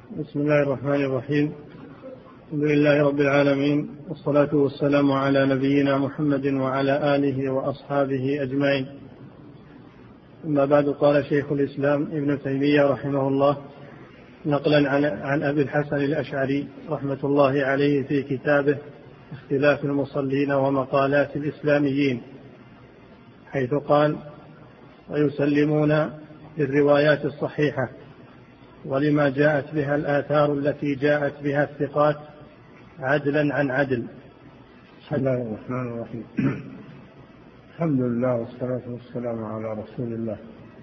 بسم الله الرحمن الرحيم. الحمد لله رب العالمين، والصلاة والسلام على نبينا محمد وعلى آله وأصحابه أجمعين. أما بعد، قال شيخ الإسلام ابن تيمية رحمه الله نقلا عن أبي الحسن الأشعري رحمة الله عليه في كتابه اختلاف المصلين ومقالات الإسلاميين، حيث قال: ويسلمون للروايات الصحيحة ولما جاءت بها الآثار التي جاءت بها الثقات عدلا عن عدل. بسم الله الرحمن الرحيم. الحمد لله والصلاة والسلام على رسول الله.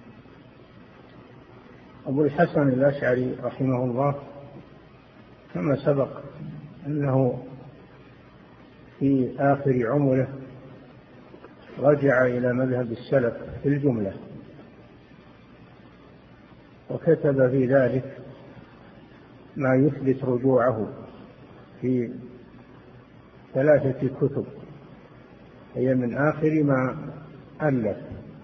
أبو الحسن الأشعري رحمه الله كما سبق أنه في آخر عمره رجع إلى مذهب السلف في الجملة، وكتب في ذلك ما يثبت رجوعه في 3 كتب هي من آخر ما ألف: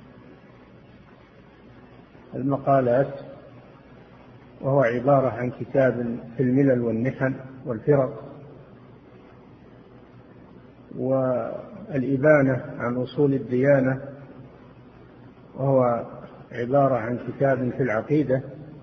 المقالات، وهو عبارة عن كتاب في الملل والنحل والفرق، والإبانة عن أصول الديانة، وهو عبارة عن كتاب في العقيدة،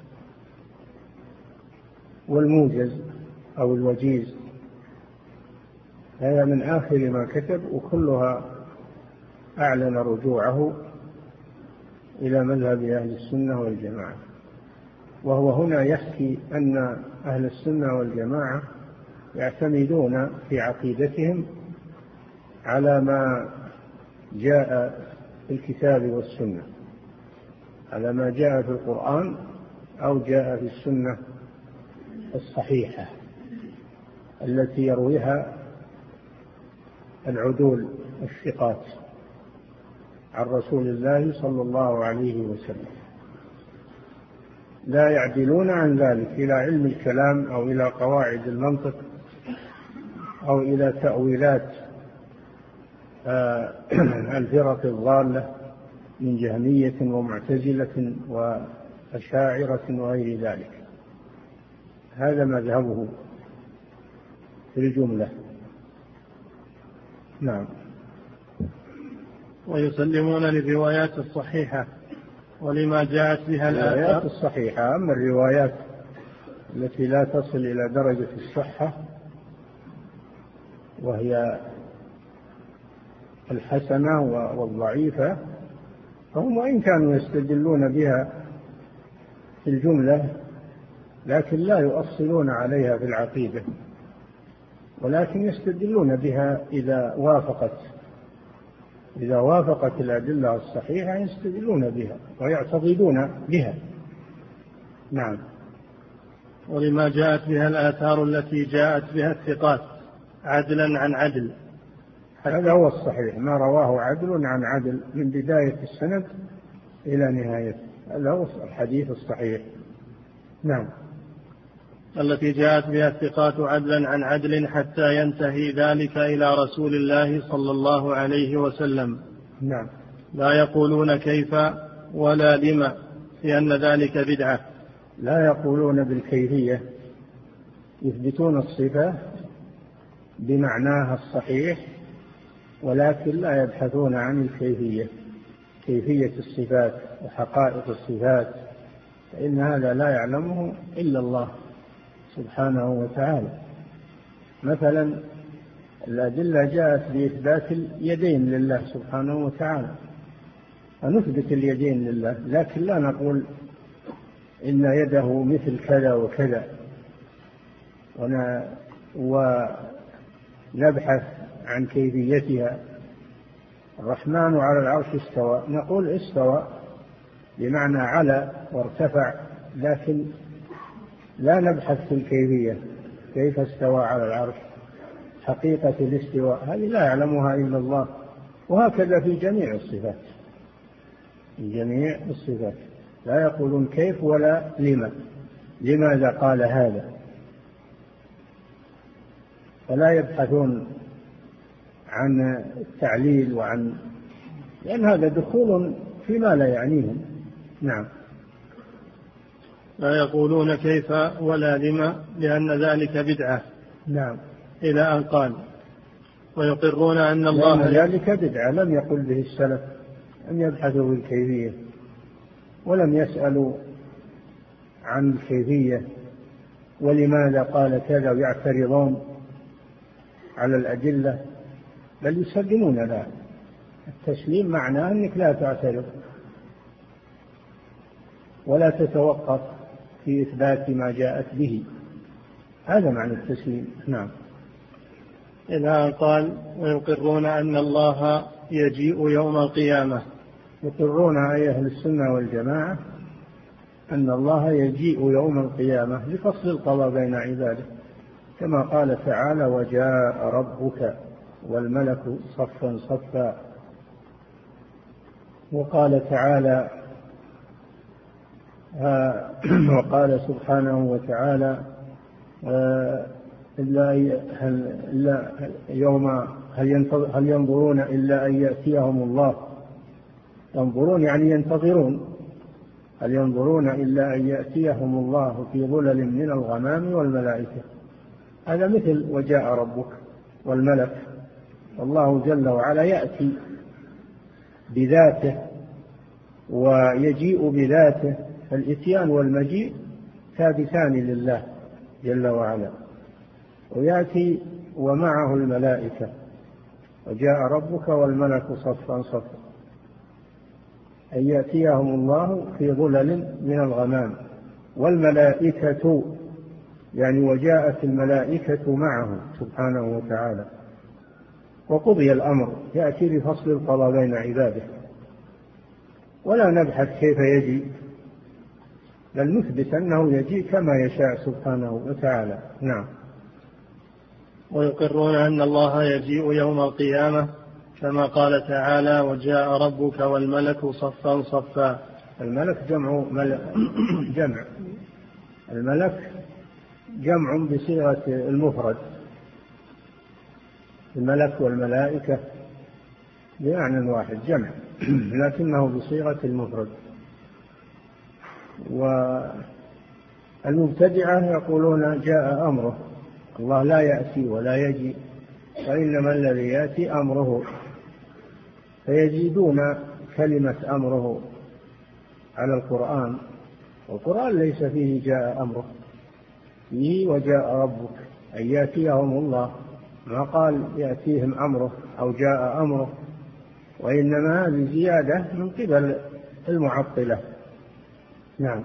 والموجز أو الوجيز. هذا من آخر ما كتب، وكلها أعلن رجوعه إلى مذهب أهل السنة والجماعة. وهو هنا يحكي أن أهل السنة والجماعة يعتمدون في عقيدتهم على ما جاء في الكتاب والسنة، على ما جاء في القرآن أو جاء في السنة الصحيحة التي يرويها العدول الثقات عن رسول الله صلى الله عليه وسلم، لا يعدلون عن ذلك إلى علم الكلام أو إلى قواعد المنطق أو إلى تأويلات الفرق الضالة من جهمية ومعتزلة وأشاعرة وغير ذلك. هذا مذهبه في الجملة. نعم. ويسلمون للروايات الصحيحة ولما جاءت بها الروايات الصحيحة. أما الروايات التي لا تصل إلى درجة الصحة وهي الحسنة والضعيفة، فهم وإن كانوا يستدلون بها في الجملة لكن لا يؤصلون عليها في العقيدة، ولكن يستدلون بها إذا وافقت الأدلة الصحيحة يستدلون بها ويعتقدون بها. نعم. ولما جاءت بها الآثار التي جاءت بها الثقات عدلا عن عدل. هذا هو الصحيح، ما رواه عدل عن عدل من بداية السند إلى نهايته، هذا هو الحديث الصحيح. نعم. التي جاءت بها الثقات عدلا عن عدل حتى ينتهي ذلك إلى رسول الله صلى الله عليه وسلم. نعم. لا يقولون كيف ولا لما، لأن ذلك بدعة. لا يقولون بالكيفية، يثبتون الصفة بمعناها الصحيح، ولكن لا يبحثون عن الكيفية، كيفية الصفات وحقائق الصفات، فإن هذا لا يعلمه إلا الله سبحانه وتعالى. مثلا الأدلة جاءت بإثبات اليدين لله سبحانه وتعالى، فنثبت اليدين لله، لكن لا نقول إن يده مثل كذا وكذا ونبحث عن كيفيتها. الرحمن على العرش استوى، نقول استوى بمعنى على وارتفع، لكن لا نبحث في الكيفية، كيف استوى على العرش، حقيقة الاستواء هذه لا يعلمها إلا الله. وهكذا في جميع الصفات، في جميع الصفات لا يقولون كيف ولا لما، لماذا قال هذا، فلا يبحثون عن التعليل لأن هذا دخول فيما لا يعنيهم. نعم. لا يقولون كيف ولا لما لأن ذلك بدعة. نعم. إلى أن قال ويقرون أن الله لأن ذلك بدعة لم يقل به السلف، لم يبحثوا بالكيفية ولم يسألوا عن الكيفية ولماذا قال كذا ويعترضون على الأدلة، بل يسلمون لها. التسليم معناه أنك لا تعترض ولا تتوقف في إثبات ما جاءت به، هذا معنى التسليم. نعم. إلى أن قال ويقرون أن الله يجيء يوم القيامة. يقرون أي أهل السنة والجماعة أن الله يجيء يوم القيامة لفصل القضاء بين عباده، كما قال تعالى وجاء ربك والملك صفا صفا، وقال تعالى وقال سبحانه وتعالى هل ينظرون إلا أن يأتيهم الله، ينظرون يعني ينتظرون، هل ينظرون إلا أن يأتيهم الله في ظلل من الغمام والملائكة، هذا مثل وجاء ربك والملك. والله جل وعلا يأتي بذاته ويجيء بذاته، فالإتيان والمجيء ثابتان لله جل وعلا، ويأتي ومعه الملائكة وجاء ربك والملك صفا صفا، أن يأتيهم الله في ظلل من الغمام والملائكة، يعني وجاءت الملائكة معه سبحانه وتعالى، وقضي الأمر، يأتي بفصل القضاء بين عباده، ولا نبحث كيف يجي، بل نثبت أنه يجي كما يشاء سبحانه وتعالى. نعم. ويقرون أن الله يجيء يوم القيامة كما قال تعالى وجاء ربك والملك صفا صفا. الملك جمع الملك جمع بصيغة المفرد، الملك والملائكة بمعنى واحد جمع لكنه بصيغة المفرد. والمبتدعة يقولون جاء أمره، الله لا يأتي ولا يجي، وإنما الذي يأتي أمره، فيزيدون كلمة أمره على القرآن، والقرآن ليس فيه جاء أمره، فيه وجاء ربك أن يأتيهم الله، ما قال يأتيهم أمره أو جاء أمره، وإنما هذه زيادة من قبل المعطلة. نعم.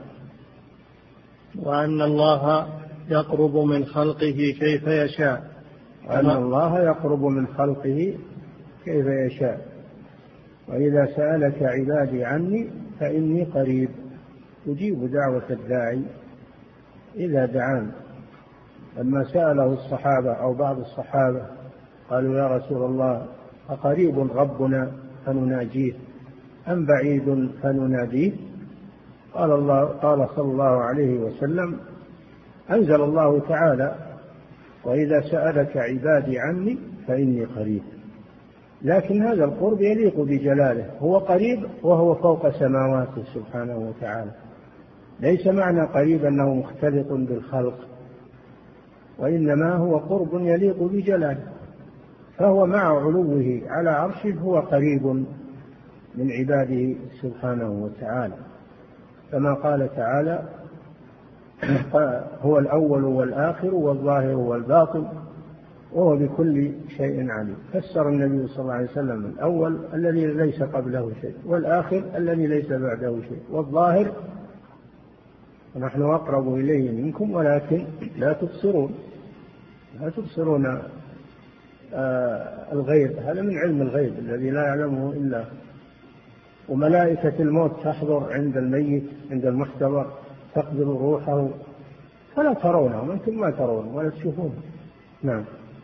وأن الله يقرب من خلقه كيف يشاء، وأن الله يقرب من خلقه كيف يشاء، وإذا سألك عبادي عني فإني قريب أجيب دعوة الداعي إذا دعان. لما سأله الصحابة أو بعض الصحابة قالوا يا رسول الله أقريب ربنا فنناجيه أم بعيد فنناديه؟ قال صلى الله عليه وسلم أنزل الله تعالى وإذا سألك عبادي عني فإني قريب. لكن هذا القرب يليق بجلاله، هو قريب وهو فوق سماواته سبحانه وتعالى، ليس معنى قريب أنه مختلط بالخلق، وإنما هو قرب يليق بجلاله، فهو مع علوه على عرشه هو قريب من عباده سبحانه وتعالى، كما قال تعالى هو الأول والآخر والظاهر والباطن وهو بكل شيء عليم. فسر النبي صلى الله عليه وسلم الأول الذي ليس قبله شيء، والآخر الذي ليس بعده شيء، والظاهر ونحن أقرب إليه منكم ولكن لا تبصرون الغيب، هذا من علم الغيب الذي لا يعلمه إلا. وملائكة الموت تحضر عند الميت عند المحتضر تقبل روحه فلا ترونهم، أنتم ما ترون ولا تشوفون. نعم.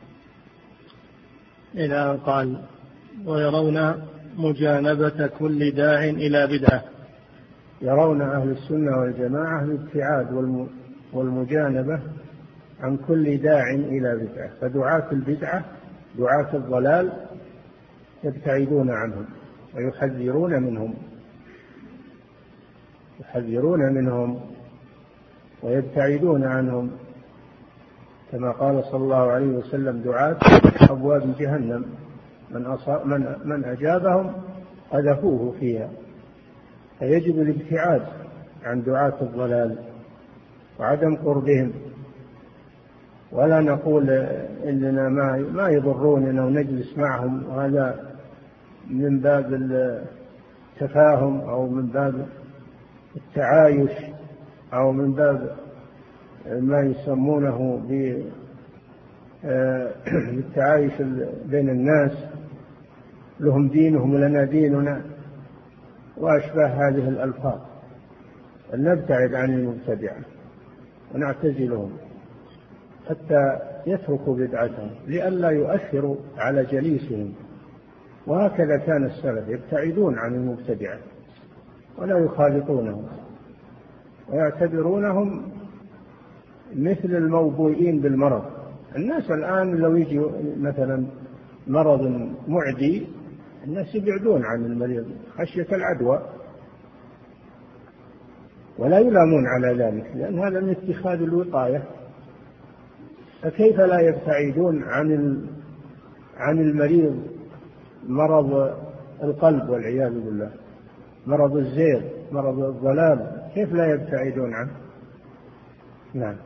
إلى أن قال ويرون مجانبة كل داع إلى بدعة. يرون أهل السنة والجماعة الابتعاد والمجانبة عن كل داع إلى بدعة، فدعاة البدعة دعاة الضلال يبتعدون عنهم ويحذرون منهم ويبتعدون عنهم، كما قال صلى الله عليه وسلم: دعاة أبواب جهنم من أجابهم قذفوه فيها. فيجب الابتعاد عن دعاة الضلال وعدم قربهم، ولا نقول إننا ما يضروننا ونجلس معهم، وهذا من باب التفاهم أو من باب التعايش أو من باب ما يسمونه بالتعايش بين الناس، لهم دينهم ولنا ديننا وأشباه هذه الألفاظ. نبتعد عن المبتدعة ونعتزلهم حتى يتركوا بدعتهم لئلا يؤثروا على جليسهم. وهكذا كان السلف يبتعدون عن المبتدعة ولا يخالطونهم ويعتبرونهم مثل الموبوئين بالمرض. الناس الآن لو يجي مثلا مرض معدي الناس يبعدون عن المريض خشية العدوى، ولا يلامون على ذلك لأن هذا من اتخاذ الوقاية. فكيف لا يبتعدون عن المريض مرض القلب والعياذ بالله، مرض الزيغ، مرض الضلال، كيف لا يبتعدون عنه؟ نعم.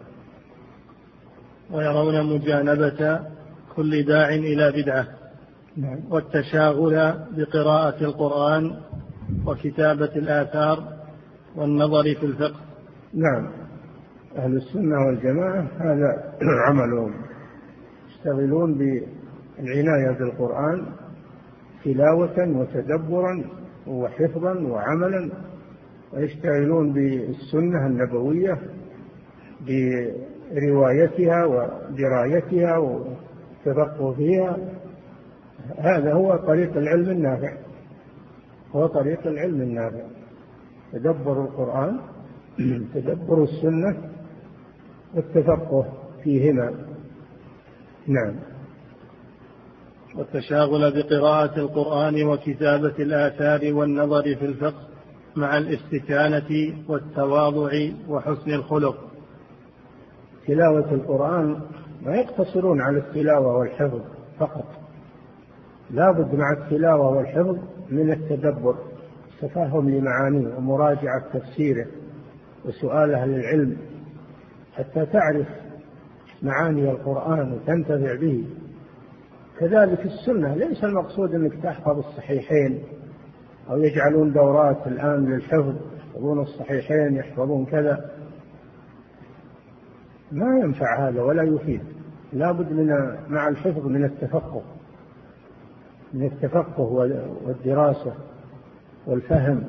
ويرون مجانبة كل داع إلى بدعة. نعم. والتشاغل بقراءة القرآن وكتابة الآثار والنظر في الفقه. نعم، أهل السنة والجماعة هذا عملهم، يشتغلون بالعناية بالقرآن تلاوة وتدبرا وحفظا وعملا، ويشتغلون بالسنة النبوية بروايتها ودرايتها والتفقه فيها. هذا هو طريق العلم النافع، هو طريق العلم النافع، تدبر القرآن، تدبر السنة، والتفقه فيهما. نعم. والتشاغل بقراءة القرآن وكتابة الآثار والنظر في الفقه مع الاستكانة والتواضع وحسن الخلق. تلاوة القرآن ما يقتصرون على التلاوة والحفظ فقط، لا بد مع التلاوة والحفظ من التدبر، التفهم لمعانيه ومراجعة تفسيره وسؤال أهل العلم حتى تعرف معاني القرآن وتنتفع به. كذلك السنة، ليس المقصود أنك تحفظ الصحيحين أو يجعلون دورات الآن للحفظ، يحفظون الصحيحين يحفظون كذا، ما ينفع هذا ولا يفيد. لا بد مع الحفظ من التفقه والدراسة والفهم.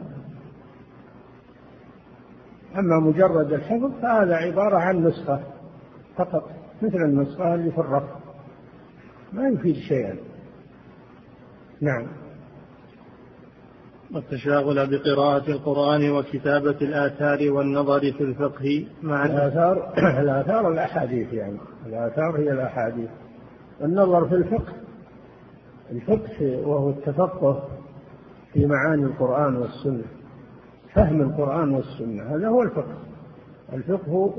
أما مجرد الحفظ فهذا عبارة عن نسخة فقط، مثل النسخة اللي في الرف، ما يفيد شيئا. نعم. والتشاغل بقراءة القرآن وكتابة الآثار والنظر في الفقه مع الآثار الأحاديث، يعني الآثار هي الأحاديث. النظر في الفقه وهو التفقه في معاني القرآن والسنة، فهم القرآن والسنة، هذا هو الفقه. الفقه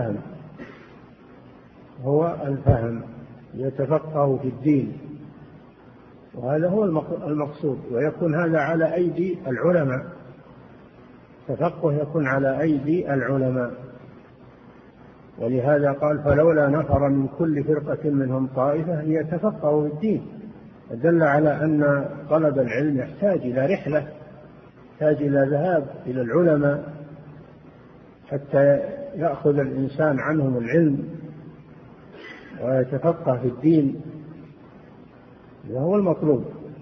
هو الفهم، يتفقه في الدين، وهذا هو المقصود. ويكون هذا على أيدي العلماء، تفقه يكون على أيدي العلماء. ولهذا قال: فلولا نفر من كل فرقة منهم طائفة ليتفقهوا في الدين. دل على أن طلب العلم يحتاج إلى رحلة، يحتاج إلى ذهاب إلى العلماء حتى يأخذ الإنسان عنهم العلم ويتفقه في الدين، هذا هو المطلوب.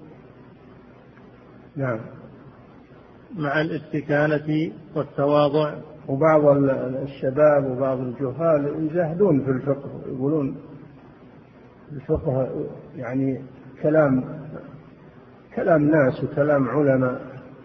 نعم. مع الاستكانة والتواضع. وبعض الشباب وبعض الجهال يزهدون في الفقه، يقولون الفقه يعني كلام ناس وكلام علماء،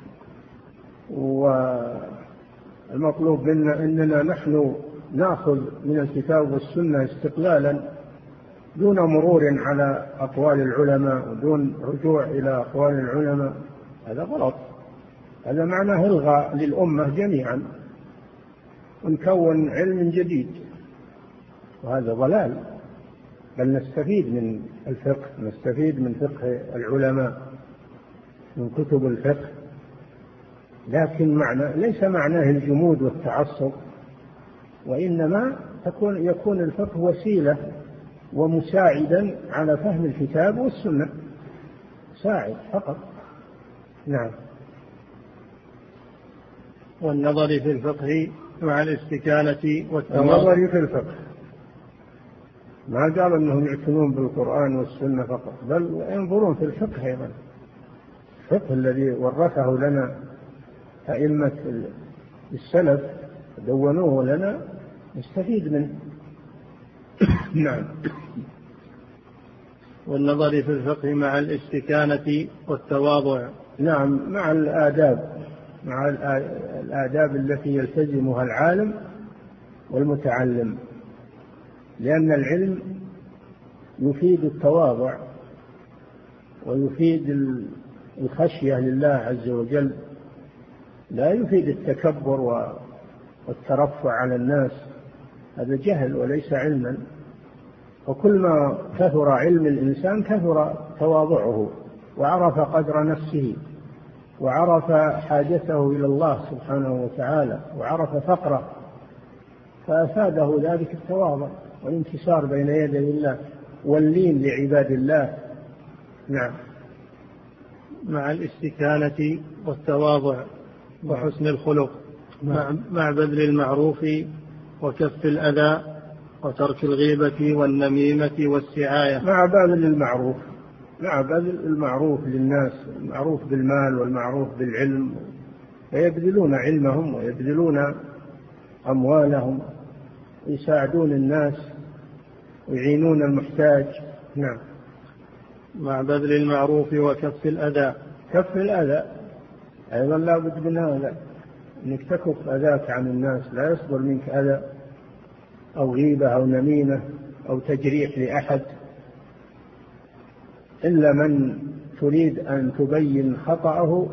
والمطلوب منا أننا نحن نأخذ من الكتاب والسنة استقلالا دون مرور على أقوال العلماء ودون رجوع إلى أقوال العلماء. هذا غلط، هذا معناه إلغاء للأمة جميعا. ونكون علم جديد، وهذا ضلال. بل نستفيد من الفقه، نستفيد من فقه العلماء، من كتب الفقه، لكن ليس معناه الجمود والتعصب، وإنما يكون الفقه وسيلة ومساعدا على فهم الكتاب والسنة، ساعد فقط. نعم. والنظر في الفقه مع الاستكانة والتواضع. النظر في الفقه، ما قال أنهم يعتنون بالقرآن والسنة فقط، بل ينظرون في الفقه أيضا، الفقه الذي ورثه لنا أئمة السلف دونوه لنا، نستفيد منه. نعم. والنظر في الفقه مع الاستكانة والتواضع. نعم، مع الآداب التي يلتزمها العالم والمتعلم، لأن العلم يفيد التواضع ويفيد الخشية لله عز وجل، لا يفيد التكبر والترفع على الناس، هذا جهل وليس علما. وكل ما كثر علم الإنسان كثر تواضعه، وعرف قدر نفسه، وعرف حاجته إلى الله سبحانه وتعالى، وعرف فقره، فأفاده ذلك التواضع والانكسار بين يدي الله واللين لعباد الله. نعم. مع الاستكانة والتواضع وحسن الخلق. مع بذل المعروف وكف الأذى وترك الغيبة والنميمة والسعاية. مع بذل المعروف للناس، المعروف بالمال والمعروف بالعلم، فيبذلون علمهم ويبذلون أموالهم، يساعدون الناس ويعينون المحتاج. نعم. مع بذل المعروف وكف الأذى. كف الأذى أيضا لا بد من هذا، أنك تكف أذاك عن الناس، لا يصدر منك أذى أو غيبة أو نميمة أو تجريح لأحد، إلا من تريد أن تبين خطأه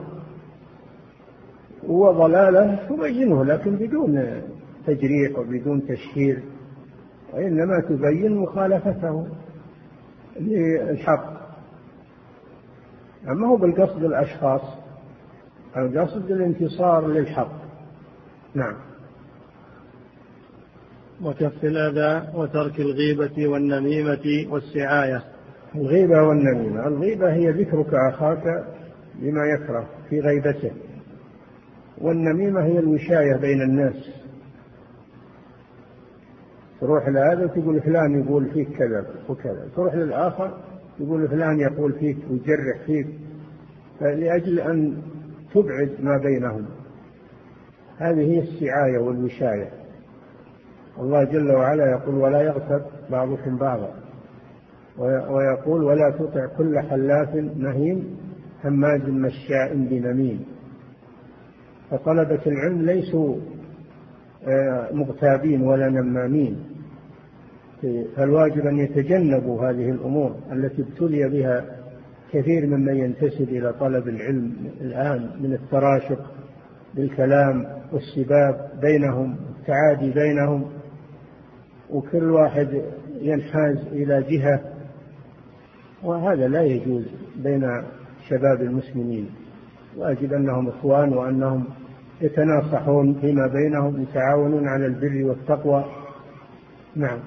وضلاله تبينه، لكن بدون تجريح وبدون تشهير، وإنما تبين مخالفته للحق. أما هو بالقصد الأشخاص، القصد الانتصار للحق. نعم. وكف الأذى وترك الغيبة والنميمة والسعاية. الغيبة والنميمة، الغيبة هي ذكرك أخاك بما يكره في غيبته، والنميمة هي الوشاية بين الناس، تروح لهذا تقول فلان يقول فيك كذا وكذا، تروح للآخر يقول فلان يقول فيك ويجرح فيك، لأجل أن تبعد ما بينهم. هذه هي السعاية والوشاية. الله جل وعلا يقول ولا يغتب بعضكم بعضا، ويقول ولا تطع كل حلاف مهين هماز مشاء بنميم. فطلبة العلم ليسوا مغتابين ولا نمامين، فالواجب أن يتجنبوا هذه الأمور التي ابتلي بها كثير ممن ينتسب إلى طلب العلم الآن، من التراشق بالكلام والسباب بينهم، التعادي بينهم، وكل واحد ينحاز إلى جهة، وهذا لا يجوز بين شباب المسلمين. واجب أنهم إخوان، وأنهم يتناصحون فيما بينهم، يتعاونون على البر والتقوى. نعم.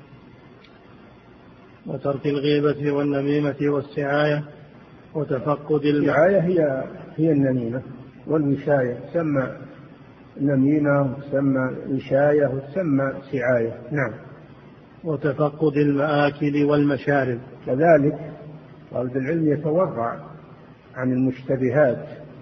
وترك الغيبة والنميمة والسعاية وتفقد السعاية هي النميمة والوشاية، تسمى نميمة وتسمى وشاية وتسمى سعاية. نعم. وتفقد المآكل والمشارب. كذلك طالب العلم يتورع عن المشتبهات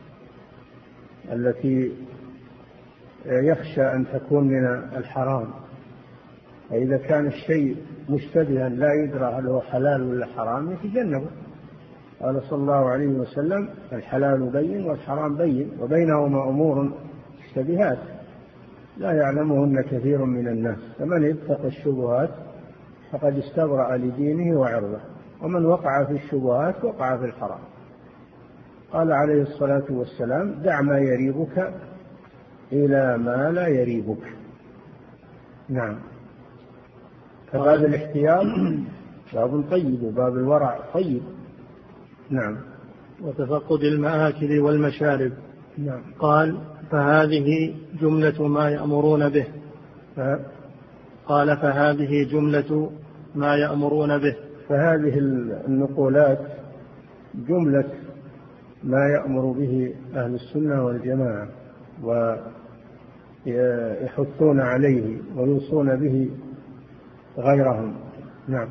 التي يخشى أن تكون من الحرام، فإذا كان الشيء مشتبها لا يدرى هل هو حلال ولا حرام يتجنبه. قال صلى الله عليه وسلم الحلال بين والحرام بين وبينهما أمور مشتبهات لا يعلمهن كثير من الناس، فمن اتقى الشبهات فقد استبرأ لدينه وعرضه، ومن وقع في الشبهات وقع في الحرام. قال عليه الصلاة والسلام دع ما يريبك إلى ما لا يريبك. نعم. فباب الاحتياط باب طيب وباب الورع طيب. نعم. وتفقد المآكل والمشارب. نعم. قال فهذه جملة ما يأمرون به. قال فهذه جملة ما يأمرون به. فهذه النقولات جملة ما يأمر به أهل السنة والجماعة ويحثون عليه ويوصون به غيرهم. نعم.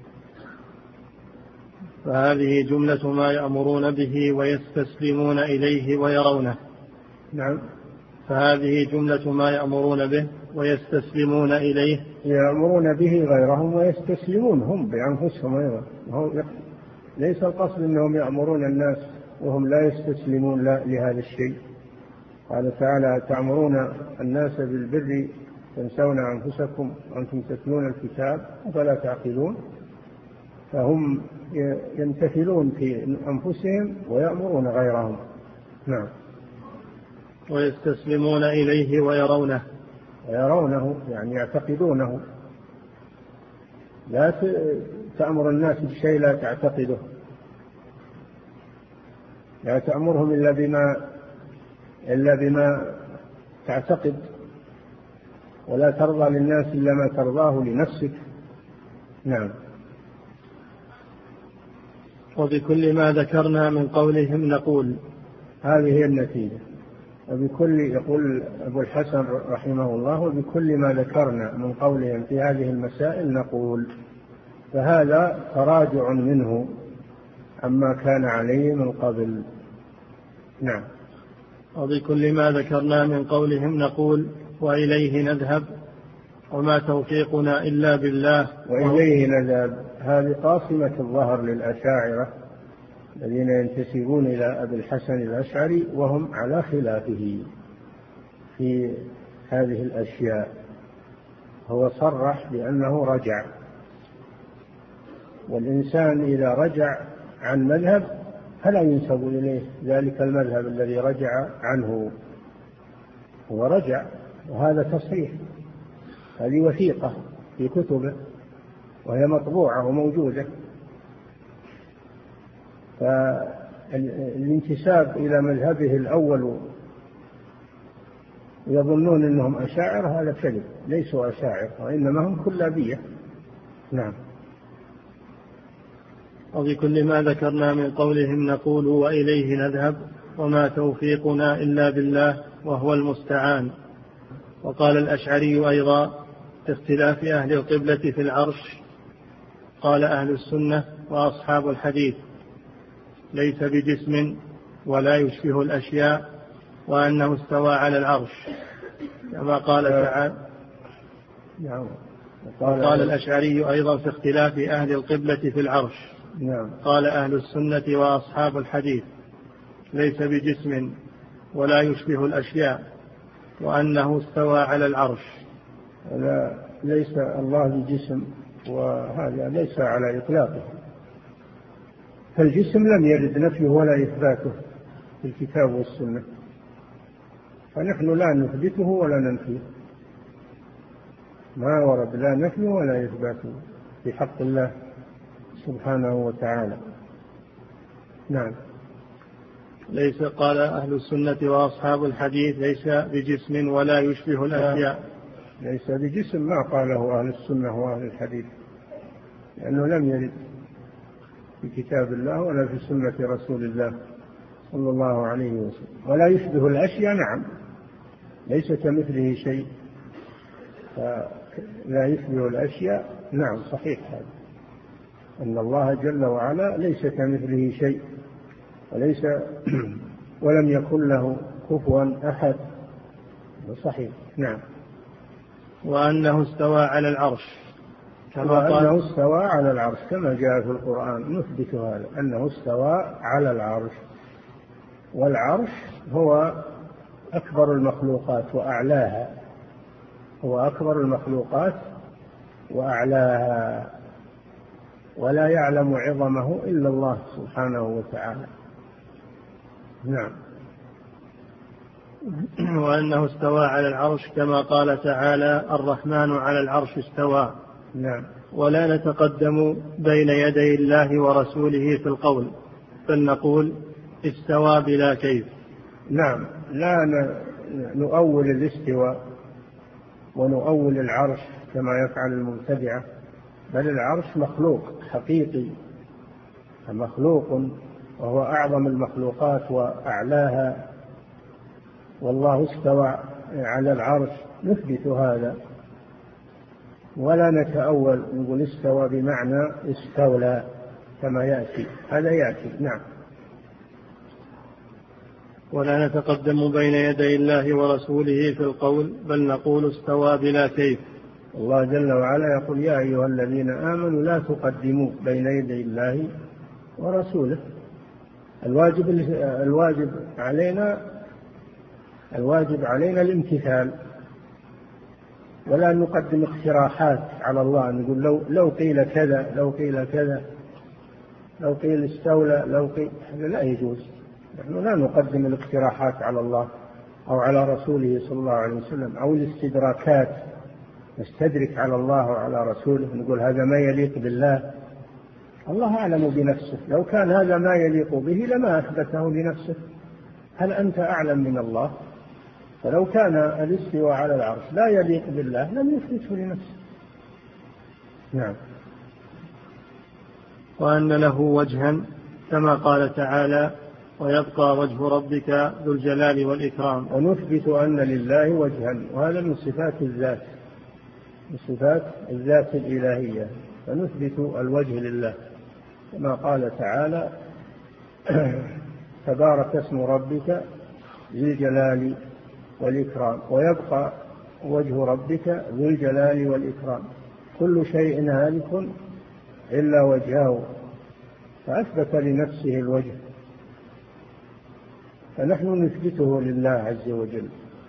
فهذه جملة ما يأمرون به ويستسلمون إليه ويرونه. نعم. فهذه جملة ما يأمرون به ويستسلمون إليه. يأمرون به غيرهم ويستسلمون هم بأنفسهم أيضا. ليس القصد أنهم يأمرون الناس وهم لا يستسلمون لهذا الشيء. قال تعالى تأمرون الناس بالبر تنسون أنفسكم وأنتم تتلون الكتاب أفلا تعقلون. فهم يمتثلون في أنفسهم ويأمرون غيرهم. نعم. ويستسلمون إليه ويرونه. يعني يعتقدونه. لا تأمر الناس بشيء لا تعتقده. لا تأمرهم إلا بما تعتقد، ولا ترضى للناس إلا ما ترضاه لنفسك. نعم. وبكل ما ذكرنا من قولهم نقول. هذه هي النتيجة. يقول أبو الحسن رحمه الله وبكل ما ذكرنا من قولهم في هذه المسائل نقول. فهذا تراجع منه عما كان عليه من قبل. نعم. وبكل ما ذكرنا من قولهم نقول وإليه نذهب وما توفيقنا إلا بالله. وإليه نذهب هذه قاصمة الظهر للأشاعرة الذين ينتسبون إلى أبي الحسن الأشعري وهم على خلافه في هذه الأشياء. هو صرح بأنه رجع، والإنسان إذا رجع عن مذهب فلا ينسب إليه ذلك المذهب الذي رجع عنه. هو رجع، وهذا تصريح، هذه وثيقة في كتبه وهي مطبوعة وموجودة. فالانتساب إلى مذهبه الأول يظنون أنهم أشاعر هذا كذب، ليسوا أشاعر وإنما هم كلابية. نعم. وبكل ما ذكرنا من قولهم نقول وإليه نذهب وما توفيقنا إلا بالله وهو المستعان. وقال الأشعري أيضا في اختلاف أهل القبلة في العرش. قال أهل السنة وأصحاب الحديث ليس بجسم ولا يشبه الأشياء وأنه استوى على العرش كما قال تعالى. وقال الأشعري أيضا في اختلاف أهل القبلة في العرش. قال أهل السنة وأصحاب الحديث ليس بجسم ولا يشبه الأشياء وأنه استوى على العرش. ليس الله بجسم، وهذا ليس على إطلاقه. فالجسم لم يرد نفيه ولا إثباته في الكتاب والسنة، فنحن لا نثبته ولا ننفيه. ما ورد لا نفيه ولا إثباته في حق الله سبحانه وتعالى. نعم. ليس قال أهل السنة وأصحاب الحديث ليس بجسم ولا يشبه الأشياء. ليس بجسم ما قاله أهل السنة وأهل الحديث، لأنه لم يرد في كتاب الله ولا في سنة رسول الله صلى الله عليه وسلم. ولا يشبه الأشياء، نعم، ليس كمثله شيء، فلا يشبه الأشياء، نعم صحيح هذا، أن الله جل وعلا ليس كمثله شيء وليس ولم يكن له كفوا أحد، صحيح. نعم. وأنه استوى على العرش أنه استوى على العرش كما جاء في القرآن، نثبت هذا أنه استوى على العرش. والعرش هو أكبر المخلوقات وأعلاها، هو أكبر المخلوقات وأعلاها، ولا يعلم عظمه إلا الله سبحانه وتعالى. نعم. وأنه استوى على العرش كما قال تعالى الرحمن على العرش استوى. نعم. ولا نتقدم بين يدي الله ورسوله في القول بل نقول استوى بلا كيف. نعم، لا نؤول الاستواء ونؤول العرش كما يفعل المبتدعة، بل العرش مخلوق حقيقي، مخلوق وهو أعظم المخلوقات وأعلاها، والله استوى على العرش نثبت هذا، ولا نتأول نقول استوى بمعنى استولى كما يأتي، هذا يأتي. نعم. ولا نتقدم بين يدي الله ورسوله في القول بل نقول استوى بلا كيف. الله جل وعلا يقول يا أيها الذين آمنوا لا تقدموا بين يدي الله ورسوله. الواجب علينا الامتثال، ولا نقدم اقتراحات على الله، نقول لو قيل كذا، لو قيل كذا، لو قيل استولى، لو قيل، هذا لا يجوز. نحن لا نقدم الاقتراحات على الله أو على رسوله صلى الله عليه وسلم، أو الاستدراكات نستدرك على الله وعلى رسوله، نقول هذا ما يليق بالله. الله أعلم بنفسه، لو كان هذا ما يليق به لما أثبته لنفسه. هل أنت أعلم من الله؟ فلو كان الاستواء على العرش لا يليق بالله لم يثبته لنفسه. نعم. وأن له وجها كما قال تعالى ويبقى وجه ربك ذو الجلال والإكرام. ونثبت أن لله وجها، وهذا من صفات الذات، من صفات الذات الإلهية، فنثبت الوجه لله كما قال تعالى تبارك اسم ربك ذي الجلال والإكرام، ويبقى وجه ربك ذو الجلال والإكرام، كل شيء هالك إلا وجهه، فأثبت لنفسه الوجه، فنحن نثبته لله عز وجل،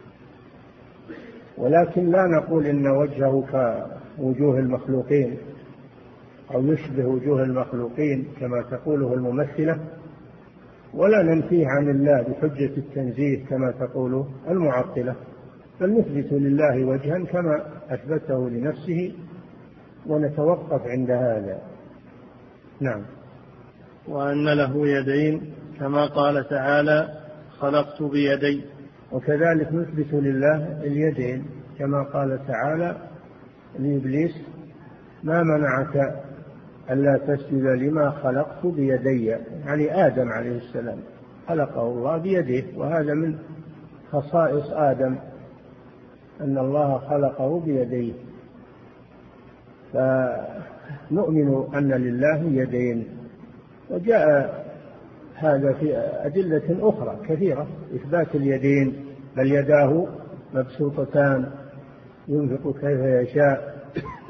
ولكن لا نقول إن وجهه كوجوه المخلوقين أو يشبه وجوه المخلوقين كما تقوله الممثلة، ولا ننفيه عن الله بحجة التنزيه كما تقوله المعطلة، بل نثبت لله وجها كما أثبته لنفسه ونتوقف عند هذا. نعم. وأن له يدين كما قال تعالى خلقت بيدي. وكذلك نثبت لله اليدين كما قال تعالى لإبليس ما منعك ألا تسجد لما خلقت بيدي، يعني آدم عليه السلام خلقه الله بيده، وهذا من خصائص آدم أن الله خلقه بيديه، فنؤمن أن لله يدين. وجاء هذا في أدلة أخرى كثيرة إثبات اليدين، بل يداه مبسوطتان ينفق كيف يشاء،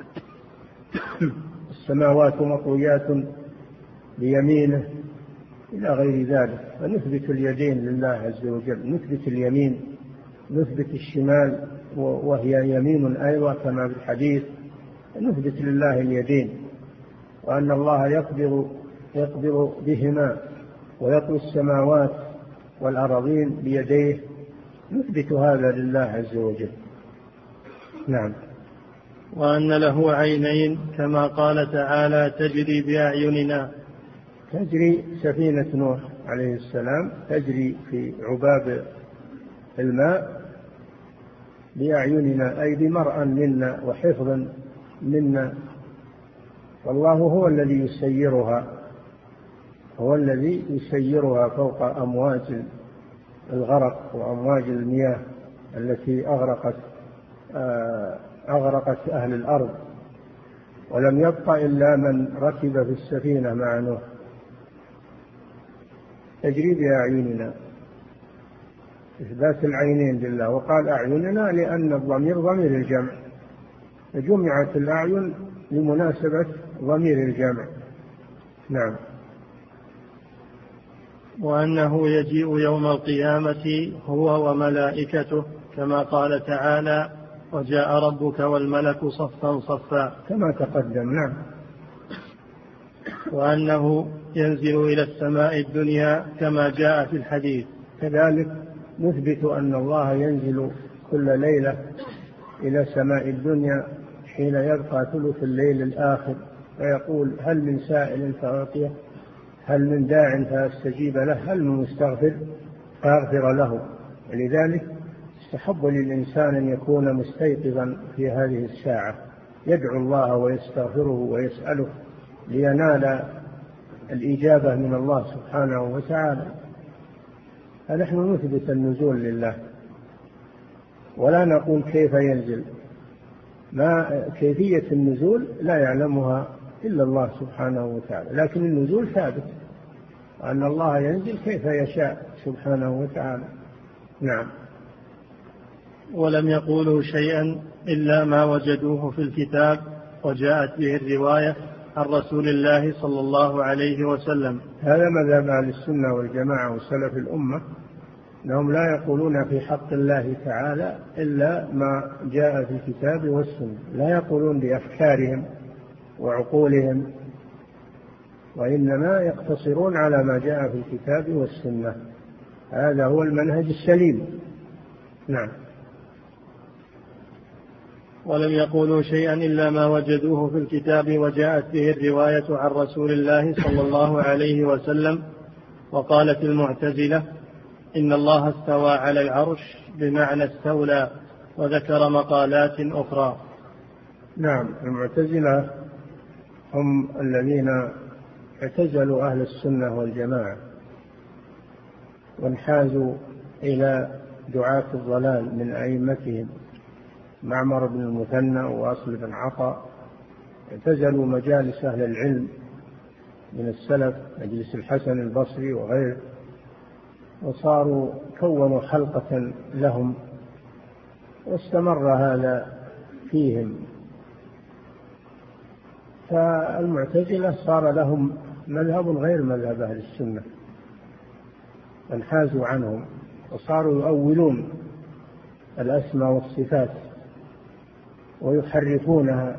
السماوات مطويات بيمينه إلى غير ذلك، فنثبت اليدين لله عز وجل، نثبت اليمين، نثبت الشمال وهي يمين أيضا كما في الحديث، نثبت لله اليدين، وأن الله يقبض بهما ويطوي السماوات والأراضين بيديه، نثبت هذا لله عز وجل. نعم. وأن له عينين كما قال تعالى تجري بأعيننا. تجري سفينة نوح عليه السلام تجري في عباب الماء بأعيننا، أي بمرأى منا وحفظا منا، والله هو الذي يسيرها، هو الذي يسيرها فوق أمواج الغرق وأمواج المياه التي أغرقت أهل الأرض، ولم يبق إلا من ركب في السفينة مع نوح. تجري بأعيننا، إثبات العينين لله، وقال أعيننا لأن الضمير ضمير الجمع، فجمعت الأعين لمناسبة ضمير الجمع. نعم. وأنه يجيء يوم القيامة هو وملائكته كما قال تعالى وجاء ربك والملك صفا صفا كما تقدم. نعم. وأنه ينزل إلى السماء الدنيا كما جاء في الحديث. كذلك نثبت أن الله ينزل كل ليلة إلى سماء الدنيا حين يبقى ثلث الليل الآخر فيقول هل من سائل فأعطيه، هل من داع فأستجيب له، هل من مستغفر فأغفر له. ولذلك يستحب للإنسان أن يكون مستيقظا في هذه الساعة يدعو الله ويستغفره ويسأله لينال الإجابة من الله سبحانه وتعالى. فنحن نثبت النزول لله ولا نقول كيف ينزل، ما كيفية النزول لا يعلمها إلا الله سبحانه وتعالى، لكن النزول ثابت وأن الله ينزل كيف يشاء سبحانه وتعالى. نعم. ولم يقولوا شيئا إلا ما وجدوه في الكتاب وجاءت به الرواية عن رسول الله صلى الله عليه وسلم. هذا مذهب أهل السنة والجماعة وسلف الأمة، أنهم لا يقولون في حق الله تعالى إلا ما جاء في الكتاب والسنة، لا يقولون بأفكارهم وعقولهم، وإنما يقتصرون على ما جاء في الكتاب والسنة. هذا هو المنهج السليم. نعم. ولم يقولوا شيئا إلا ما وجدوه في الكتاب وجاءت به الرواية عن رسول الله صلى الله عليه وسلم. وقالت المعتزلة إن الله استوى على العرش بمعنى استولى، وذكر مقالات أخرى. نعم. المعتزلة هم الذين اعتزلوا أهل السنة والجماعة وانحازوا إلى دعاة الضلال من أئمتهم معمر بن المثنى وأصل بن عطاء، اعتزلوا مجالس أهل العلم من السلف مجلس الحسن البصري وغيره، وصاروا كونوا حلقة لهم، واستمر هذا فيهم. فالمعتزلة صار لهم مذهب غير مذهب أهل السنة، انحازوا عنهم وصاروا يؤولون الأسماء والصفات ويحرفونها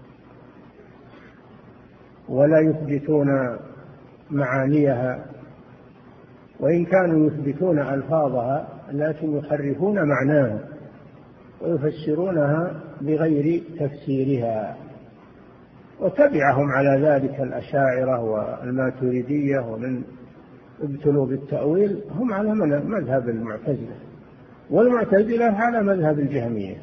ولا يثبتون معانيها، وإن كانوا يثبتون ألفاظها لكن يحرفون معناها ويفسرونها بغير تفسيرها. وتبعهم على ذلك الأشاعرة والماتريدية ومن ابتلوا بالتأويل، هم على مذهب المعتزلة، والمعتزلة على مذهب الجهمية،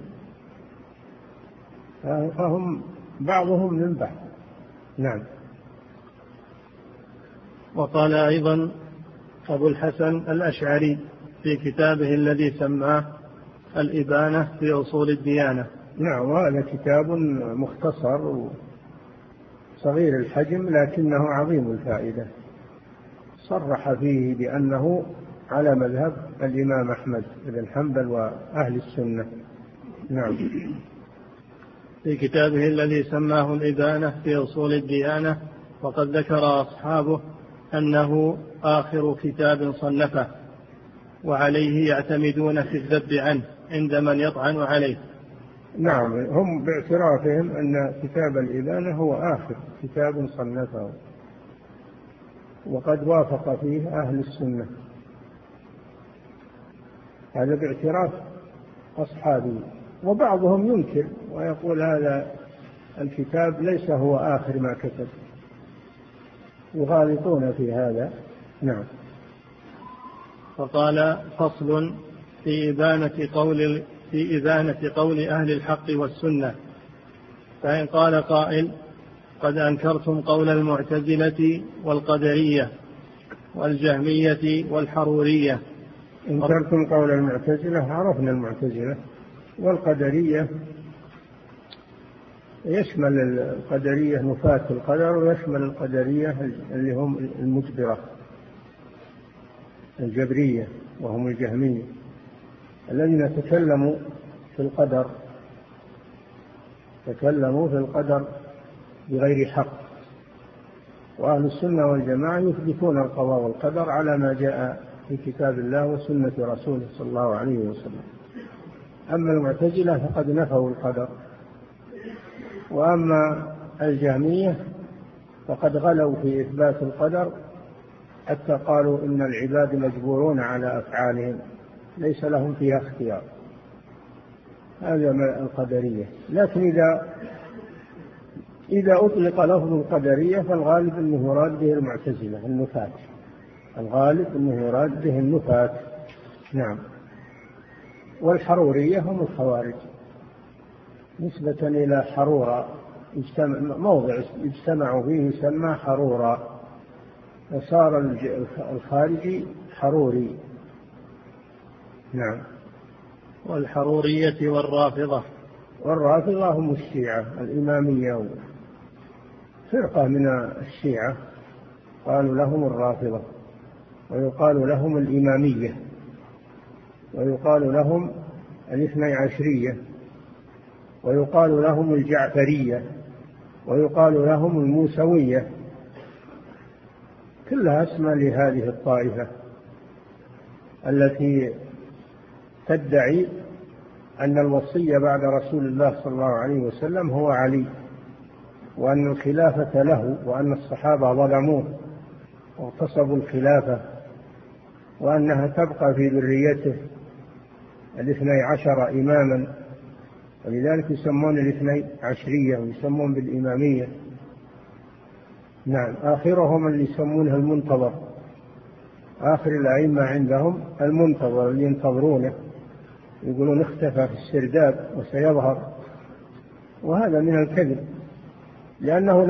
فهم بعضهم من بعض. نعم. وقال أيضا أبو الحسن الأشعري في كتابه الذي سماه الإبانة في أصول الديانة. نعم. وهذا كتاب مختصر صغير الحجم لكنه عظيم الفائدة، صرح فيه بأنه على مذهب الإمام أحمد بن حنبل وأهل السنة. نعم. في كتابه الذي سماه الإبانة في أصول الديانة، وقد ذكر أصحابه أنه آخر كتاب صنفه وعليه يعتمدون في الذب عنه عند من يطعن عليه. نعم. هم باعترافهم أن كتاب الإبانة هو آخر كتاب صنفه، وقد وافق فيه أهل السنة، هذا باعتراف أصحابه. وبعضهم ينكر ويقول هذا الكتاب ليس هو آخر ما كتب، يغالطون في هذا. نعم. فقال فصل في إبانة قول أهل الحق والسنة. فإن قال قائل قد أنكرتم قول المعتزلة والقدرية والجهمية والحرورية. أنكرتم قول المعتزلة، عرفنا المعتزلة. والقدرية يشمل القدرية نفاة القدر، ويشمل القدرية اللي هم المجبرة الجبرية وهم الجهمية الذين تكلموا في القدر بغير حق. وأهل السنة والجماعة يثبتون القضاء والقدر على ما جاء في كتاب الله وسنة رسوله صلى الله عليه وسلم. أما المعتزلة فقد نفوا القدر، وأما الجهمية فقد غلوا في إثبات القدر حتى قالوا إن العباد مجبورون على أفعالهم ليس لهم فيها اختيار. هذا القدرية. لكن إذا أطلق لفظ القدرية فالغالب أنه يراد به المعتزلة النفاة، الغالب أنه يراد به النفاة. نعم. والحرورية هم الخوارج، نسبة إلى حرورة، موضع اجتمعوا فيه يسمى حرورا، وصار الخارجي حروري. نعم. والحرورية والرافضة هم الشيعة الإمامية، فرقة من الشيعة قالوا لهم الرافضة، ويقال لهم الإمامية، ويقال لهم الاثني عشرية، ويقال لهم الجعفرية، ويقال لهم الموسوية، كلها اسماء لهذه الطائفة التي تدعي أن الوصي بعد رسول الله صلى الله عليه وسلم هو علي، وأن الخلافة له، وأن الصحابة ظلموه واغتصبوا الخلافة، وأنها تبقى في ذريته الاثني عشر إماما، ولذلك يسمون الاثني عشرية ويسمون بالإمامية. نعم. آخرهم اللي يسمونه المنتظر، آخر الأئمة عندهم المنتظر اللي ينتظرونه، يقولون اختفى في السرداب وسيظهر، وهذا من الكذب، لأنه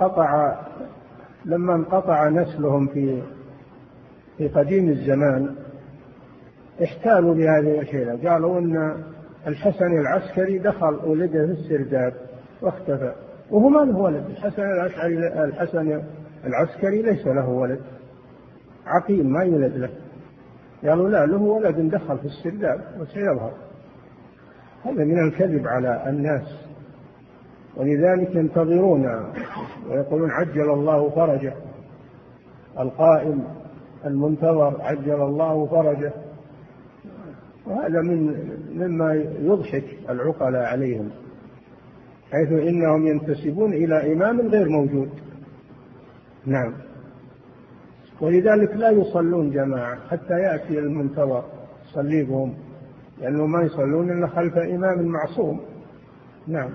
لما انقطع نسلهم في قديم الزمان احتالوا بهذه الأشياء، قالوا أن الحسن العسكري ولد في السرداب واختفى، وهو ما له ولد. الحسن العسكري ليس له ولد، عقيم ما يولد له. قالوا لا، له ولد دخل في السرداب وسيظهر. هذا من الكذب على الناس، ولذلك ينتظرون ويقولون عجل الله فرجه، القائم المنتظر عجل الله فرجه، وهذا مما يضحك العقلاء عليهم، حيث إنهم ينتسبون إلى إمام غير موجود. نعم. ولذلك لا يصلون جماعة حتى يأتي المنتظر يصلي بهم، لأنه ما يصلون إلا خلف إمام معصوم. نعم.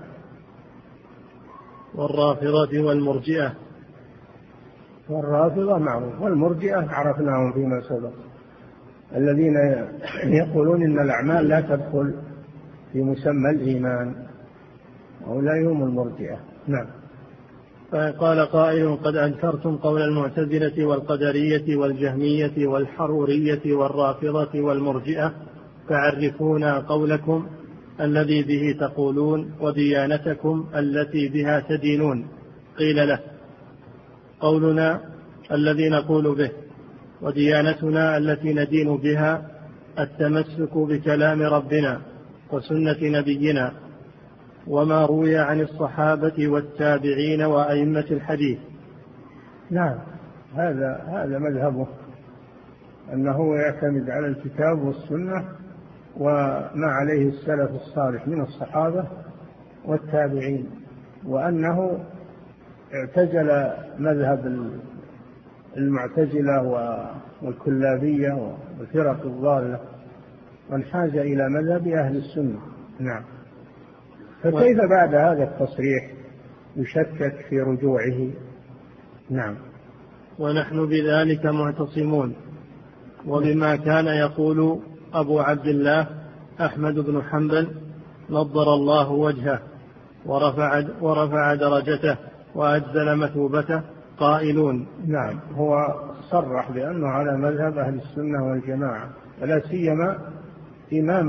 والرافضة والمرجئة. والرافضة معروف، والمرجئة عرفناهم فيما سبق، الذين يقولون إن الأعمال لا تدخل في مسمى الإيمان، هؤلاء هم المرجئة. نعم. فقال قائل قد أنكرتم قول المعتزلة والقدرية والجهمية والحرورية والرافضة والمرجئة، فعرفونا قولكم الذي به تقولون وديانتكم التي بها تدينون. قيل له قولنا الذي نقول به وديانتنا التي ندين بها التمسك بكلام ربنا وسنة نبينا وما روي عن الصحابة والتابعين وأئمة الحديث. نعم. هذا مذهبه، أنه يعتمد على الكتاب والسنة وما عليه السلف الصالح من الصحابة والتابعين، وأنه اعتزل مذهب المعتزلة والكلابية والفرق الضالة وانحاز إلى مذهب أهل السنة. نعم. فكيف بعد هذا التصريح يشكك في رجوعه؟ نعم. ونحن بذلك معتصمون، وبما كان يقول أبو عبد الله أحمد بن حنبل نضر الله وجهه ورفع درجته وأجزل مثوبته قائلون. نعم. هو صرح بأنه على مذهب أهل السنة والجماعة، ولا سيما إمام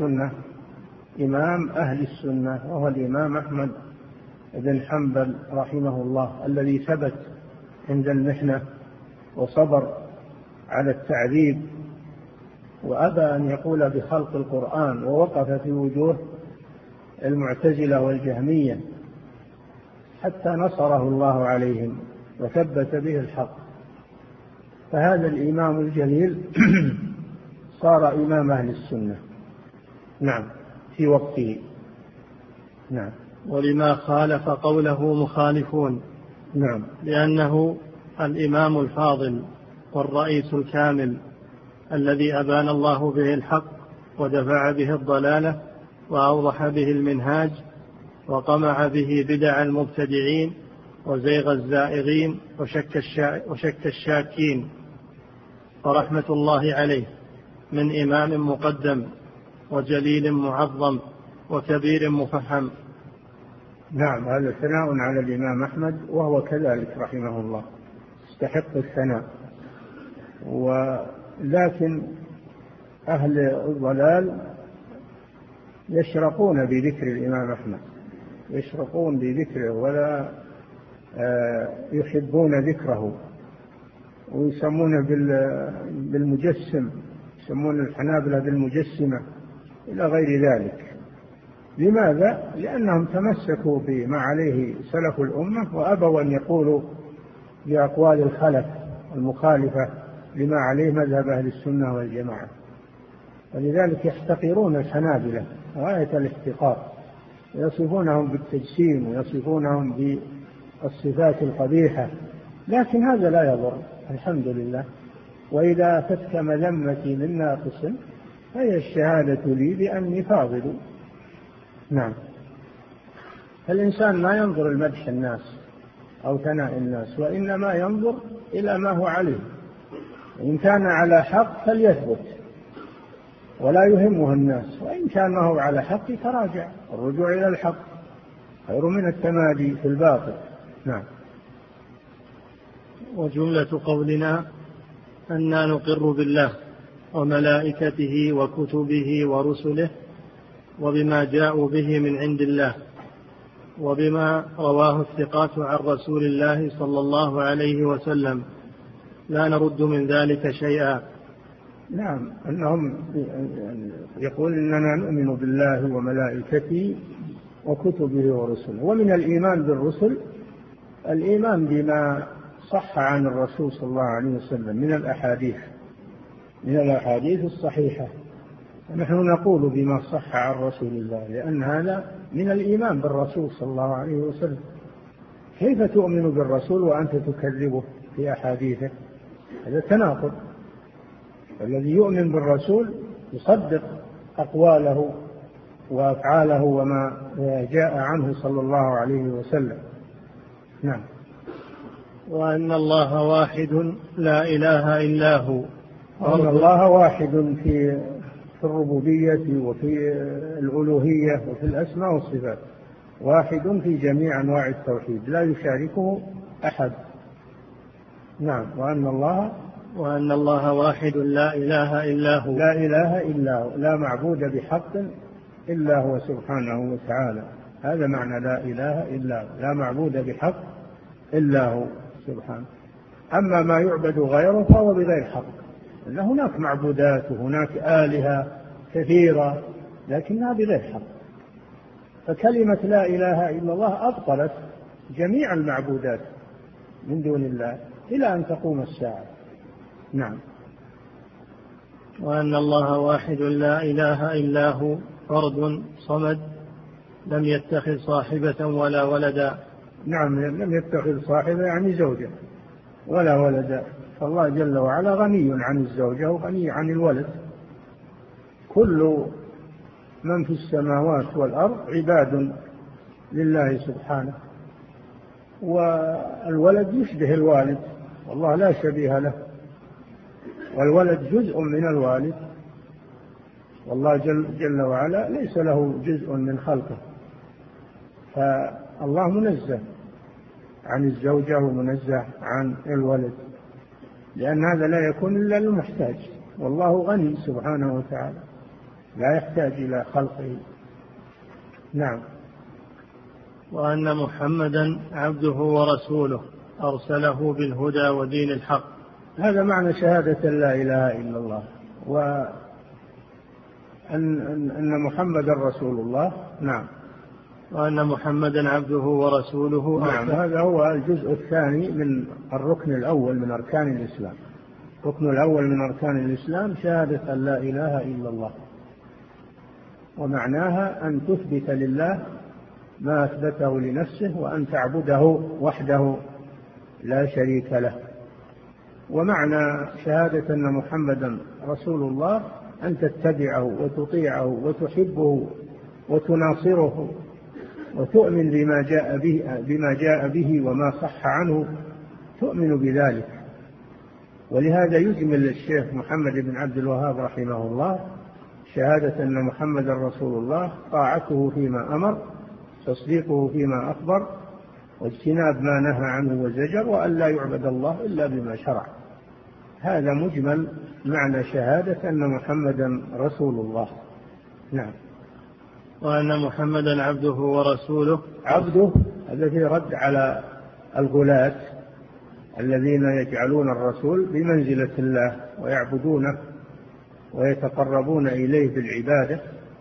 أهل السنة وهو الإمام أحمد بن حنبل رحمه الله، الذي ثبت عند المحنة وصبر على التعذيب وأبى أن يقول بخلق القرآن، ووقف في وجوه المعتزلة والجهمية حتى نصره الله عليهم وثبت به الحق. فهذا الإمام الجليل صار إمام أهل السنة. نعم. في وقته. نعم. ولما خالف قوله مخالفون. نعم. لأنه الإمام الفاضل والرئيس الكامل الذي أبان الله به الحق ودفع به الضلالة وأوضح به المنهاج وقمع به بدع المبتدعين وزيغ الزائغين وشك الشاكين، فرحمة الله عليه من إمام مقدم وجليل معظم وكبير مفهم. نعم، هذا ثناء على الإمام أحمد، وهو كذلك رحمه الله يستحق الثناء. ولكن أهل الضلال يشرقون بذكر الإمام أحمد، يشرقون بذكره ولا يحبون ذكره، ويسمونه بالمجسم، يسمون الحنابلة بالمجسمة إلى غير ذلك. لماذا؟ لأنهم تمسكوا بما عليه سلف الأمة وأبوا أن يقولوا بأقوال الخلف المخالفة لما عليه مذهب أهل السنة والجماعة، ولذلك يحتقرون الحنابلة غاية الاحتقار، يصفونهم بالتجسيم ويصفونهم بالصفات القبيحة، لكن هذا لا يضر الحمد لله. وإذا أتتك مذمتي من ناقص فهي الشهادة لي بأني فاضل. نعم، فالإنسان ما ينظر المدح الناس أو ثناء الناس، وإنما ينظر إلى ما هو عليه. إن كان على حق فليثبت ولا يهمه الناس، وإن كان ما هو على حق تراجع. الرجوع إلى الحق خير من التمادي في الباطل. نعم. وجملة قولنا أننا نقر بالله وملائكته وكتبه ورسله وبما جاءوا به من عند الله وبما رواه الثقات عن رسول الله صلى الله عليه وسلم، لا نرد من ذلك شيئا. نعم، أنهم يقول إننا نؤمن بالله وملائكته وكتبه ورسله. ومن الإيمان بالرسل الإيمان بما صح عن الرسول صلى الله عليه وسلم من الأحاديث الصحيحة، نحن نقول بما صح عن رسول الله، لأن هذا من الإيمان بالرسول صلى الله عليه وسلم. كيف تؤمن بالرسول وأنت تكذبه في أحاديثه؟ هذا تناقض. الذي يؤمن بالرسول يصدق أقواله وأفعاله وما جاء عنه صلى الله عليه وسلم. نعم. وأن الله واحد لا إله إلا هو. وأن الله واحد في الربوبية وفي الألوهية وفي الأسماء والصفات، واحد في جميع أنواع التوحيد لا يشاركه أحد. نعم. وأن الله واحد لا إله إلا هو، لا إله إلا هو، لا معبود بحق إلا هو سبحانه وتعالى. هذا معنى لا إله إلا هو، لا معبود بحق إلا هو سبحانه. أما ما يعبد غيره فهو بغير حق، إن هناك معبودات وهناك آلهة كثيرة لكنها بغير حق. فكلمة لا إله إلا الله أبطلت جميع المعبودات من دون الله إلى أن تقوم الساعة. نعم. وأن الله واحد لا إله إلا هو فرد صمد لم يتخذ صاحبة ولا ولدا. نعم، لم يتخذ صاحبة يعني زوجة ولا ولدا. فالله جل وعلا غني عن الزوجة وغني عن الولد. كل من في السماوات والأرض عباد لله سبحانه، والولد يشبه الوالد والله لا شبيه له، والولد جزء من الوالد، والله جل وعلا ليس له جزء من خلقه. فالله منزه عن الزوجة ومنزه عن الولد، لأن هذا لا يكون إلا للمحتاج، والله غني سبحانه وتعالى لا يحتاج إلى خلقه. نعم. وأن محمدا عبده ورسوله أرسله بالهدى ودين الحق. هذا معنى شهادة لا إله إلا الله، وأن محمدا رسول الله. نعم. وأن محمدا عبده ورسوله. نعم، هذا هو الجزء الثاني من الركن الأول من أركان الإسلام. الركن الأول من أركان الإسلام شهادة أن لا إله إلا الله، ومعناها أن تثبت لله ما أثبته لنفسه، وأن تعبده وحده لا شريك له، ومعنى شهادة أن محمدا رسول الله أن تتبعه وتطيعه وتحبه وتناصره وتؤمن بما جاء به وما صح عنه، تؤمن بذلك. ولهذا يجمل الشيخ محمد بن عبد الوهاب رحمه الله شهادة أن محمدا رسول الله طاعته فيما أمر، تصديقه فيما أخبر، واجتناب ما نهى عنه وزجر، وأن لا يعبد الله إلا بما شرع. هذا مجمل معنى شهادة أن محمدا رسول الله. نعم. وأن محمدا عبده ورسوله. عبده الذي رد على الغلاة الذين يجعلون الرسول بمنزلة الله ويعبدونه ويتقربون إليه بالعبادة،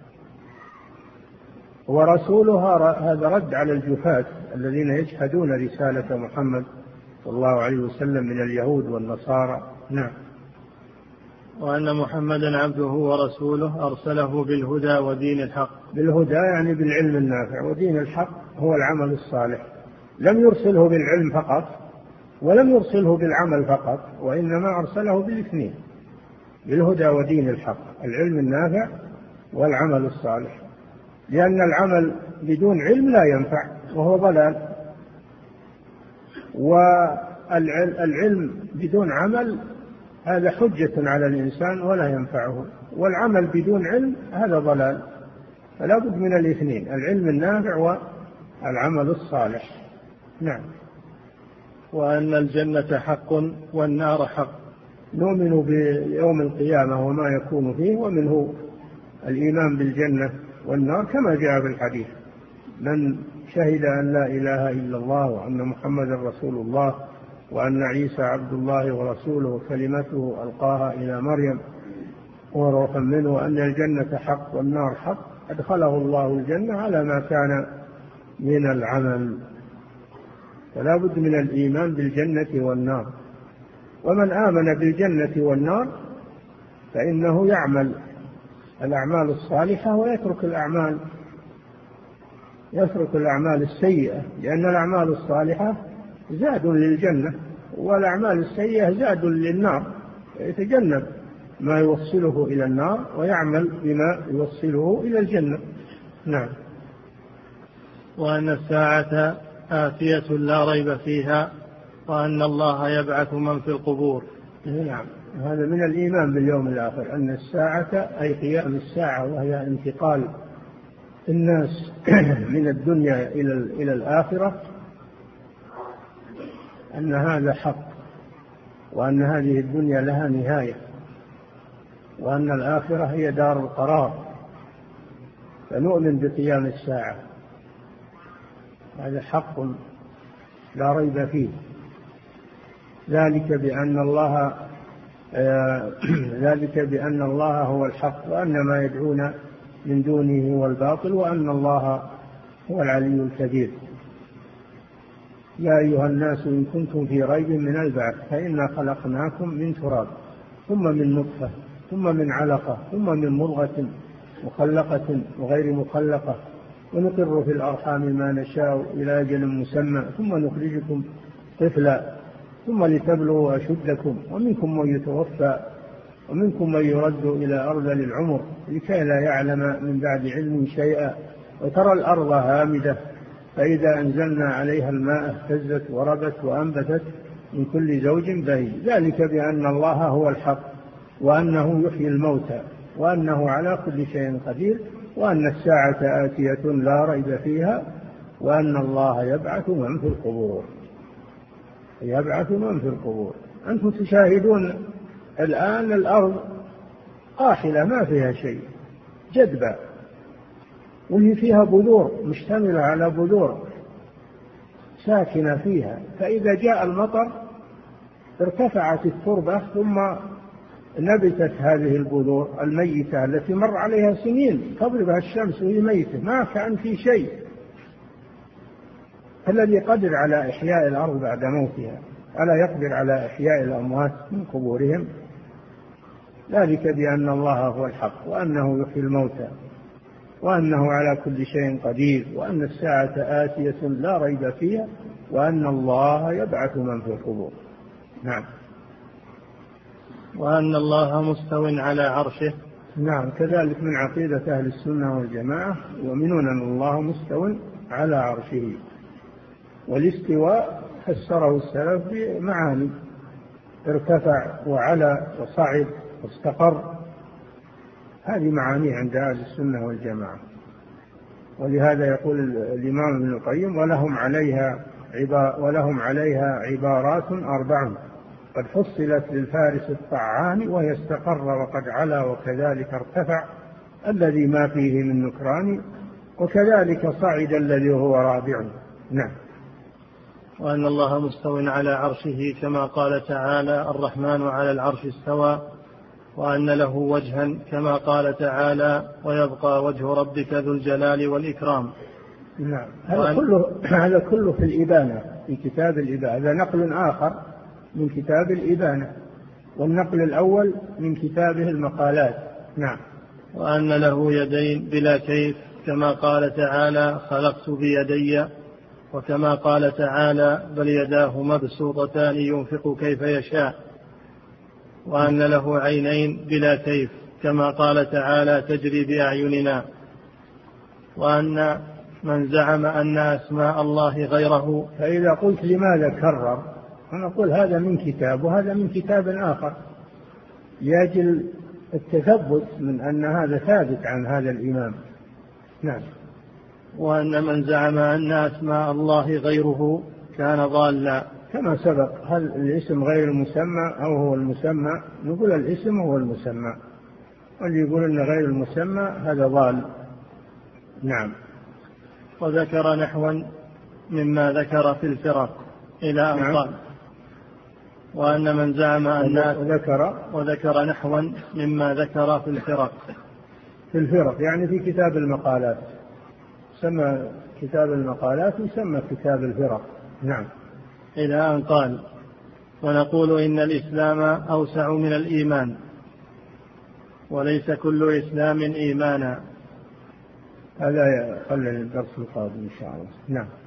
ورسولها هذا رد على الجفاة الذين يجحدون رسالة محمد صلى الله عليه وسلم من اليهود والنصارى. نعم. وأن محمدا عبده ورسوله أرسله بالهدى ودين الحق. بالهدى يعني بالعلم النافع، ودين الحق هو العمل الصالح. لم يرسله بالعلم فقط ولم يرسله بالعمل فقط، وإنما أرسله بالاثنين، بالهدى ودين الحق، العلم النافع والعمل الصالح، لأن العمل بدون علم لا ينفع وهو ضلال، والعلم بدون عمل هذا حجة على الإنسان ولا ينفعه، والعمل بدون علم هذا ضلال. فلا بد من الاثنين، العلم النافع والعمل الصالح. نعم. وأن الجنة حق والنار حق. نؤمن بيوم القيامة وما يكون فيه، ومنه الإيمان بالجنة والنار كما جاء في الحديث: من شهد أن لا إله إلا الله وأن محمد رسول الله وأن عيسى عبد الله ورسوله كلمته ألقاها إلى مريم وروح منه، وأن الجنة حق والنار حق، أدخله الله الجنة على ما كان من العمل. فلا بد من الإيمان بالجنة والنار. ومن آمن بالجنة والنار فإنه يعمل الأعمال الصالحة ويترك الأعمال السيئة، لأن الأعمال الصالحة زاد للجنة والأعمال السيئة زاد للنار، يتجنب ما يوصله إلى النار ويعمل بما يوصله إلى الجنة. نعم. وأن الساعة آتية لا ريب فيها، وأن الله يبعث من في القبور. نعم. هذا من الإيمان باليوم الآخر، أن الساعة أي قيام الساعة وهي انتقال الناس من الدنيا إلى الآخرة، أن هذا حق، وأن هذه الدنيا لها نهاية، وأن الآخرة هي دار القرار. فنؤمن بقيام الساعة، هذا حق لا ريب فيه. ذلك بأن الله هو الحق، وأن ما يدعون من دونه هو الباطل، وأن الله هو العلي الكبير. يا أيها الناس إن كنتم في ريب من البعث فإنا خلقناكم من تراب ثم من نطفة ثم من علقة ثم من مضغة مخلقة وغير مخلقة، ونقر في الأرحام ما نشاء إلى أجل مسمى ثم نخرجكم طفلا ثم لتبلغوا أشدكم، ومنكم من يتوفى ومنكم من يرد إلى أرذل العمر لكي لا يعلم من بعد علم شيئا، وترى الأرض هامدة فإذا أنزلنا عليها الماء اهتزت وربت وأنبتت من كل زوج بهيج. ذلك بأن الله هو الحق، وأنه يحيي الموتى، وأنه على كل شيء قدير، وأن الساعة آتية لا ريب فيها، وأن الله يبعث من في القبور. أنتم تشاهدون الآن الأرض قاحلة ما فيها شيء، جدبة، وهي فيها بذور، مشتملة على بذور ساكنة فيها، فإذا جاء المطر ارتفعت التربة ثم نبتت هذه البذور الميتة التي مر عليها سنين تضربها الشمس وهي ميتة ما كان في شيء. الذي قدر على إحياء الأرض بعد موتها ألا يقدر على إحياء الأموات من قبورهم؟ ذلك بأن الله هو الحق، وأنه يحيي الموتى، وأنه على كل شيء قدير، وأن الساعة آتية لا ريب فيها، وأن الله يبعث من في القبور. نعم. وأن الله مستو على عرشه. نعم، كذلك من عقيدة أهل السنة والجماعة يؤمنون أن الله مستو على عرشه. والاستواء فسره السلف بمعاني: ارتفع وعلى وصعد واستقر، هذه معاني عند أهل السنة والجماعة. ولهذا يقول الإمام ابن القيم: ولهم عليها عبارات 4 قد فصلت للفارس الطعان، وهي استقر وقد علا وكذلك ارتفع الذي ما فيه من نكران، وكذلك صعد الذي هو رابع. نعم. وأن الله مستو على عرشه كما قال تعالى: الرحمن على العرش استوى، وأن له وجها كما قال تعالى: ويبقى وجه ربك ذو الجلال والإكرام. نعم. هذا كله في الإبانة، في كتاب الإبانة. هذا نقل آخر من كتاب الإبانة، والنقل الأول من كتابه المقالات. نعم. وأن له يدين بلا كيف كما قال تعالى: خلقت بيدي، وكما قال تعالى: بل يداه مبسوطتان ينفق كيف يشاء. وأن له عينين بلا كيف كما قال تعالى: تجري بأعيننا. وأن من زعم أن أسماء الله غيره، فإذا قلت لماذا كرر، فنقول هذا من كتاب وهذا من كتاب آخر، لأجل التثبت من أن هذا ثابت عن هذا الإمام. نعم. وأن من زعم أن أسماء الله غيره كان ضالا، كما سبق. هل الاسم غير المسمى أو هو المسمى؟ نقول الاسم هو المسمى، واللي يقول أن غير المسمى هذا ضال. نعم. وذكر نحوا مما ذكر في الفرق إلى أن قال: وأن من زعم أن وذكر نحوا مما ذكر في الفرق يعني في كتاب المقالات، سمى كتاب المقالات يسمى كتاب الفرق. نعم. إلى أن قال: ونقول إن الإسلام أوسع من الإيمان، وليس كل إسلام إيمانا. هذا يقلل الدرس القادم إن شاء الله. نعم.